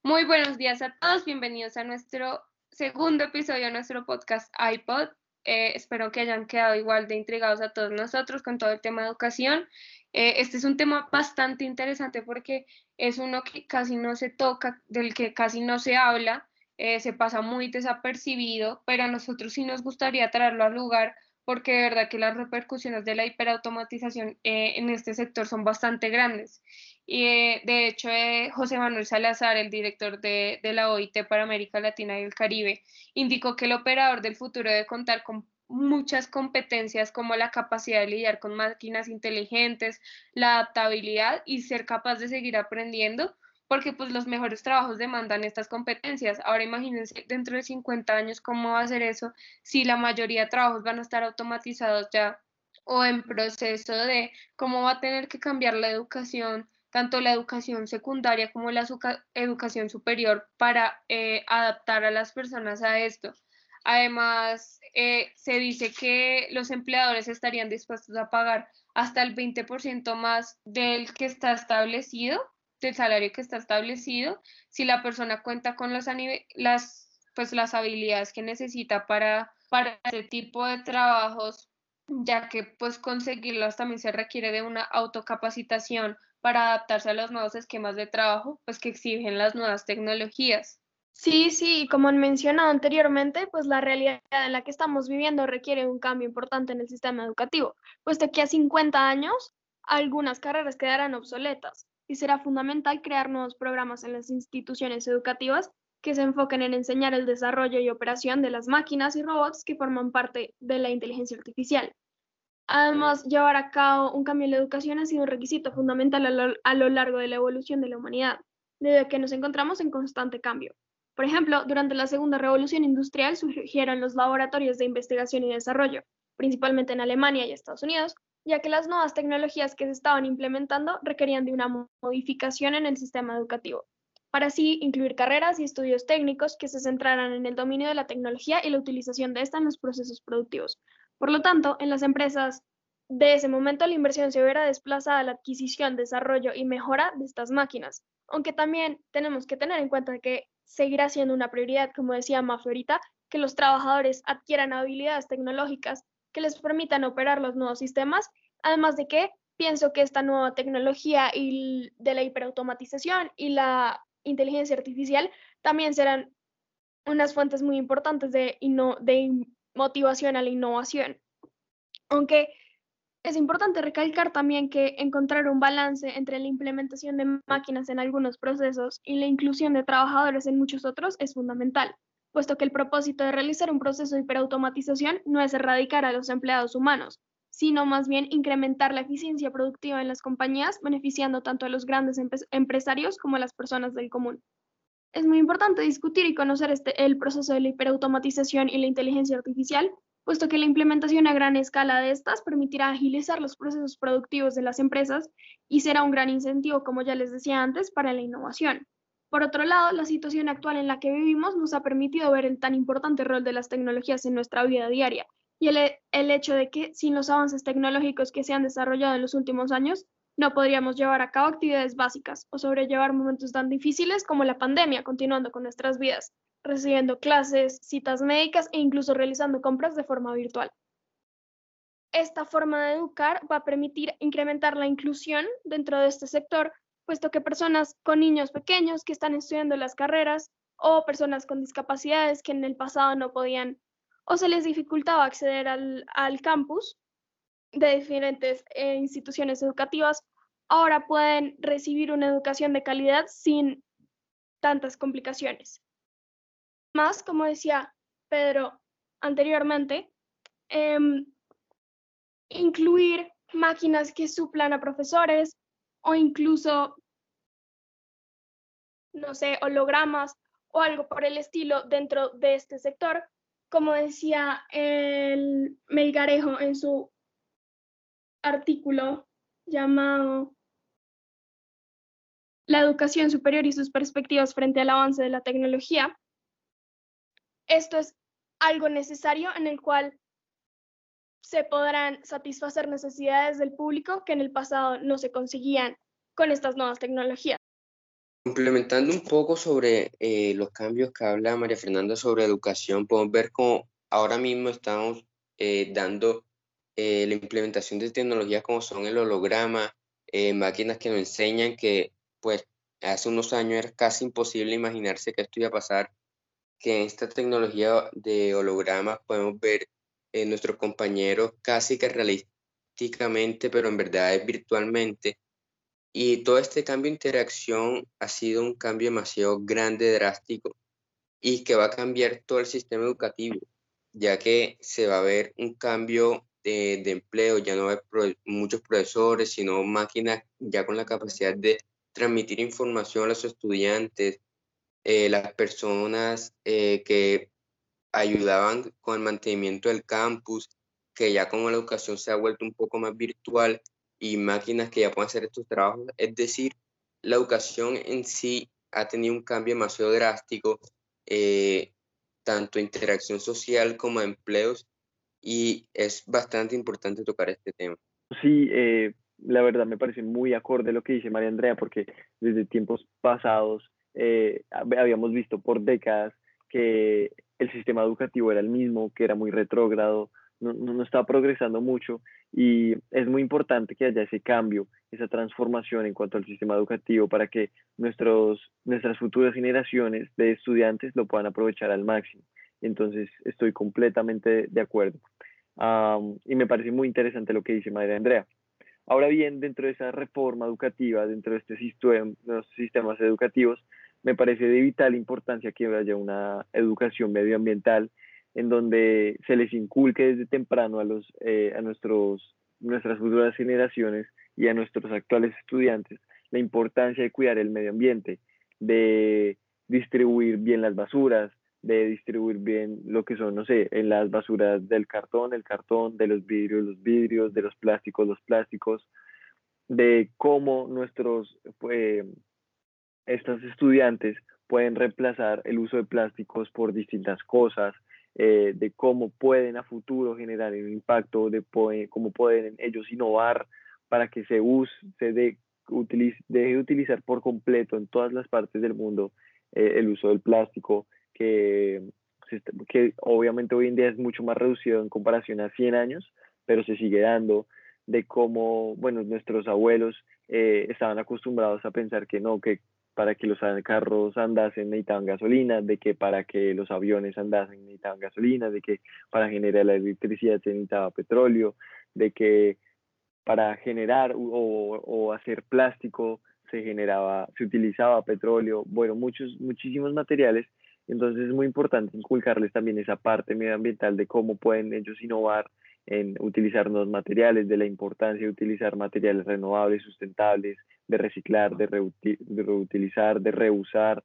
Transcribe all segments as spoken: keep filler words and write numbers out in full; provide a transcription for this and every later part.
Muy buenos días a todos, bienvenidos a nuestro segundo episodio de nuestro podcast iPod. Eh, espero que hayan quedado igual de intrigados a todos nosotros con todo el tema de educación. Eh, este es un tema bastante interesante porque es uno que casi no se toca, del que casi no se habla, eh, se pasa muy desapercibido, pero a nosotros sí nos gustaría traerlo al lugar porque de verdad que las repercusiones de la hiperautomatización eh, en este sector son bastante grandes. Y eh, de hecho, eh, José Manuel Salazar, el director de, de la O I T para América Latina y el Caribe, indicó que el operador del futuro debe contar con muchas competencias como la capacidad de lidiar con máquinas inteligentes, la adaptabilidad y ser capaz de seguir aprendiendo, porque pues los mejores trabajos demandan estas competencias. Ahora imagínense dentro de cincuenta años cómo va a ser eso si la mayoría de trabajos van a estar automatizados ya o en proceso de cómo va a tener que cambiar la educación, tanto la educación secundaria como la educación superior, para eh, adaptar a las personas a esto. Además, eh, se dice que los empleadores estarían dispuestos a pagar hasta el veinte por ciento más del que está establecido, del salario que está establecido, si la persona cuenta con las, las, pues, las habilidades que necesita para, para ese tipo de trabajos, ya que pues conseguirlas también se requiere de una autocapacitación para adaptarse a los nuevos esquemas de trabajo, pues que exigen las nuevas tecnologías. Sí, sí, como han mencionado anteriormente, pues la realidad en la que estamos viviendo requiere un cambio importante en el sistema educativo, puesto que a cincuenta años algunas carreras quedarán obsoletas y será fundamental crear nuevos programas en las instituciones educativas que se enfoquen en enseñar el desarrollo y operación de las máquinas y robots que forman parte de la inteligencia artificial. Además, llevar a cabo un cambio en la educación ha sido un requisito fundamental a lo, a lo largo de la evolución de la humanidad, debido a que nos encontramos en constante cambio. Por ejemplo, durante la Segunda Revolución Industrial surgieron los laboratorios de investigación y desarrollo, principalmente en Alemania y Estados Unidos, ya que las nuevas tecnologías que se estaban implementando requerían de una modificación en el sistema educativo, para así incluir carreras y estudios técnicos que se centraran en el dominio de la tecnología y la utilización de esta en los procesos productivos. Por lo tanto, en las empresas de ese momento la inversión se verá desplazada a la adquisición, desarrollo y mejora de estas máquinas, aunque también tenemos que tener en cuenta que seguirá siendo una prioridad, como decía Mafe ahorita, que los trabajadores adquieran habilidades tecnológicas que les permitan operar los nuevos sistemas, además de que pienso que esta nueva tecnología y de la hiperautomatización y la inteligencia artificial también serán unas fuentes muy importantes de, de motivación a la innovación. Aunque es importante recalcar también que encontrar un balance entre la implementación de máquinas en algunos procesos y la inclusión de trabajadores en muchos otros es fundamental, puesto que el propósito de realizar un proceso de hiperautomatización no es erradicar a los empleados humanos, sino más bien incrementar la eficiencia productiva en las compañías, beneficiando tanto a los grandes empresarios como a las personas del común. Es muy importante discutir y conocer este, el proceso de la hiperautomatización y la inteligencia artificial, puesto que la implementación a gran escala de estas permitirá agilizar los procesos productivos de las empresas y será un gran incentivo, como ya les decía antes, para la innovación. Por otro lado, la situación actual en la que vivimos nos ha permitido ver el tan importante rol de las tecnologías en nuestra vida diaria y el, el hecho de que sin los avances tecnológicos que se han desarrollado en los últimos años, no podríamos llevar a cabo actividades básicas o sobrellevar momentos tan difíciles como la pandemia, continuando con nuestras vidas, recibiendo clases, citas médicas e incluso realizando compras de forma virtual. Esta forma de educar va a permitir incrementar la inclusión dentro de este sector, puesto que personas con niños pequeños que están estudiando las carreras o personas con discapacidades que en el pasado no podían o se les dificultaba acceder al, al campus de diferentes eh, instituciones educativas, ahora pueden recibir una educación de calidad sin tantas complicaciones. Más, como decía Pedro anteriormente, eh, incluir máquinas que suplan a profesores o incluso, no sé, hologramas o algo por el estilo dentro de este sector, como decía el Melgarejo en su artículo llamado La educación superior y sus perspectivas frente al avance de la tecnología. Esto es algo necesario en el cual se podrán satisfacer necesidades del público que en el pasado no se conseguían con estas nuevas tecnologías. Complementando un poco sobre eh, los cambios que habla María Fernanda sobre educación, podemos ver cómo ahora mismo estamos eh, dando eh, la implementación de tecnologías como son el holograma, eh, máquinas que nos enseñan que pues hace unos años era casi imposible imaginarse que esto iba a pasar, que en esta tecnología de hologramas podemos ver eh, nuestros compañeros casi que realísticamente, pero en verdad es virtualmente. Y todo este cambio de interacción ha sido un cambio demasiado grande, drástico, y que va a cambiar todo el sistema educativo, ya que se va a ver un cambio de, de empleo, ya no va a haber pro- muchos profesores, sino máquinas ya con la capacidad de transmitir información a los estudiantes, eh, las personas eh, que ayudaban con el mantenimiento del campus, que ya como la educación se ha vuelto un poco más virtual y máquinas que ya pueden hacer estos trabajos. Es decir, la educación en sí ha tenido un cambio demasiado drástico, eh, tanto interacción social como de empleos, y es bastante importante tocar este tema. Sí, eh, la verdad me parece muy acorde lo que dice María Andrea, porque desde tiempos pasados eh, hab- habíamos visto por décadas que el sistema educativo era el mismo, que era muy retrógrado, no, no, no estaba progresando mucho y es muy importante que haya ese cambio, esa transformación en cuanto al sistema educativo para que nuestros, nuestras futuras generaciones de estudiantes lo puedan aprovechar al máximo. Entonces, estoy completamente de acuerdo. Um, y me parece muy interesante lo que dice María Andrea. Ahora bien, dentro de esa reforma educativa, dentro de este sistema, los sistemas educativos, me parece de vital importancia que haya una educación medioambiental en donde se les inculque desde temprano a, los, eh, a nuestros, nuestras futuras generaciones y a nuestros actuales estudiantes la importancia de cuidar el medio ambiente, de distribuir bien las basuras, de distribuir bien lo que son, no sé, en las basuras del cartón, el cartón, de los vidrios, los vidrios, de los plásticos, los plásticos, de cómo nuestros, eh, estos estudiantes pueden reemplazar el uso de plásticos por distintas cosas, eh, de cómo pueden a futuro generar un impacto, de cómo pueden ellos innovar para que se use, se de, utilice, deje de utilizar por completo en todas las partes del mundo eh, el uso del plástico, que, que obviamente hoy en día es mucho más reducido en comparación a cien años, pero se sigue dando, de cómo, bueno, nuestros abuelos eh, estaban acostumbrados a pensar que no, que para que los carros andasen necesitaban gasolina, de que para que los aviones andasen necesitaban gasolina, de que para generar la electricidad se necesitaba petróleo, de que para generar o, o hacer plástico se generaba, se utilizaba petróleo, bueno, muchos, muchísimos materiales. Entonces es muy importante inculcarles también esa parte medioambiental de cómo pueden ellos innovar en utilizar nuevos materiales, de la importancia de utilizar materiales renovables, sustentables, de reciclar, de, reuti de reutilizar, de reusar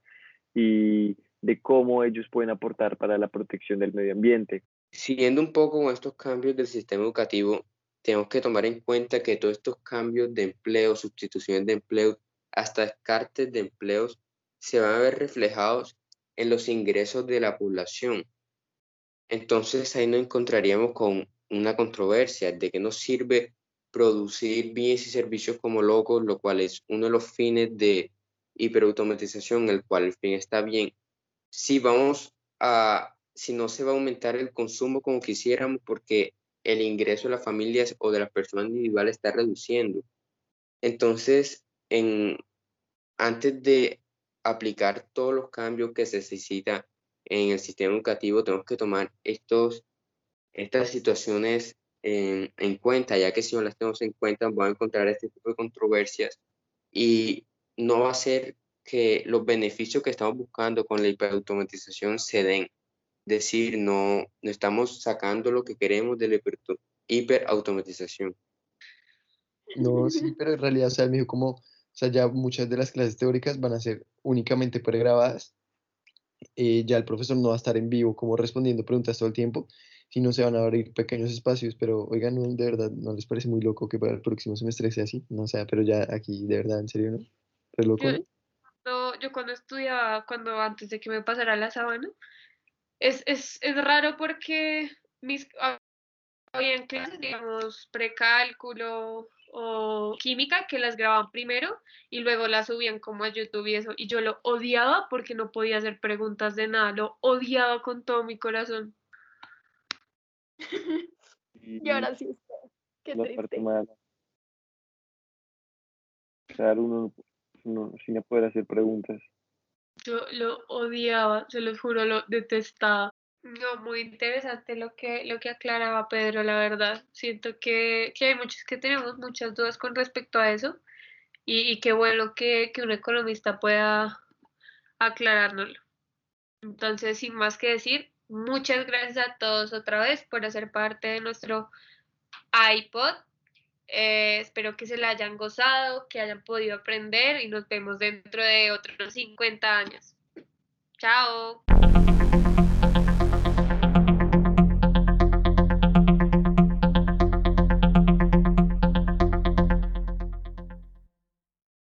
y de cómo ellos pueden aportar para la protección del medio ambiente. Siguiendo un poco con estos cambios del sistema educativo, tenemos que tomar en cuenta que todos estos cambios de empleo, sustituciones de empleo, hasta descartes de empleos, se van a ver reflejados en los ingresos de la población. Entonces ahí nos encontraríamos con una controversia de que nos sirve producir bienes y servicios como locos, lo cual es uno de los fines de hiperautomatización, el cual el fin está bien. Si vamos a, si no se va a aumentar el consumo como quisiéramos porque el ingreso de las familias o de las personas individuales está reduciendo. Entonces, en, antes de aplicar todos los cambios que se necesita en el sistema educativo, tenemos que tomar estos, estas situaciones en, en cuenta, ya que si no las tenemos en cuenta, vamos a encontrar este tipo de controversias y no va a ser que los beneficios que estamos buscando con la hiperautomatización se den. Decir, no, no estamos sacando lo que queremos de la hiper- hiperautomatización. No, sí, pero en realidad, o sea, me dijo como, o sea, ya muchas de las clases teóricas van a ser únicamente pregrabadas, eh, ya el profesor no va a estar en vivo como respondiendo preguntas todo el tiempo, sino se van a abrir pequeños espacios, pero oigan, no, de verdad, ¿no les parece muy loco que para el próximo semestre sea así? No, o sea, pero ya aquí, de verdad, en serio, ¿no? Re loco, Yo, ¿no? yo, yo cuando estudiaba, cuando antes de que me pasara la sábana, es, es, es raro porque mis, habían clases, digamos, precálculo, o química, que las grababan primero y luego las subían como a YouTube y eso, y yo lo odiaba porque no podía hacer preguntas de nada, lo odiaba con todo mi corazón. Y ahora sí usted. Qué La parte triste. mala. Claro, uno, uno sin poder hacer preguntas. Yo lo odiaba, se los juro, lo detestaba. No, muy interesante lo que, lo que aclaraba Pedro, la verdad. Siento que, que hay muchos que tenemos muchas dudas con respecto a eso y, y qué bueno que, que un economista pueda aclarárnoslo. Entonces, sin más que decir, muchas gracias a todos otra vez por hacer parte de nuestro iPod. Eh, espero que se la hayan gozado, que hayan podido aprender y nos vemos dentro de otros cincuenta años. Chao.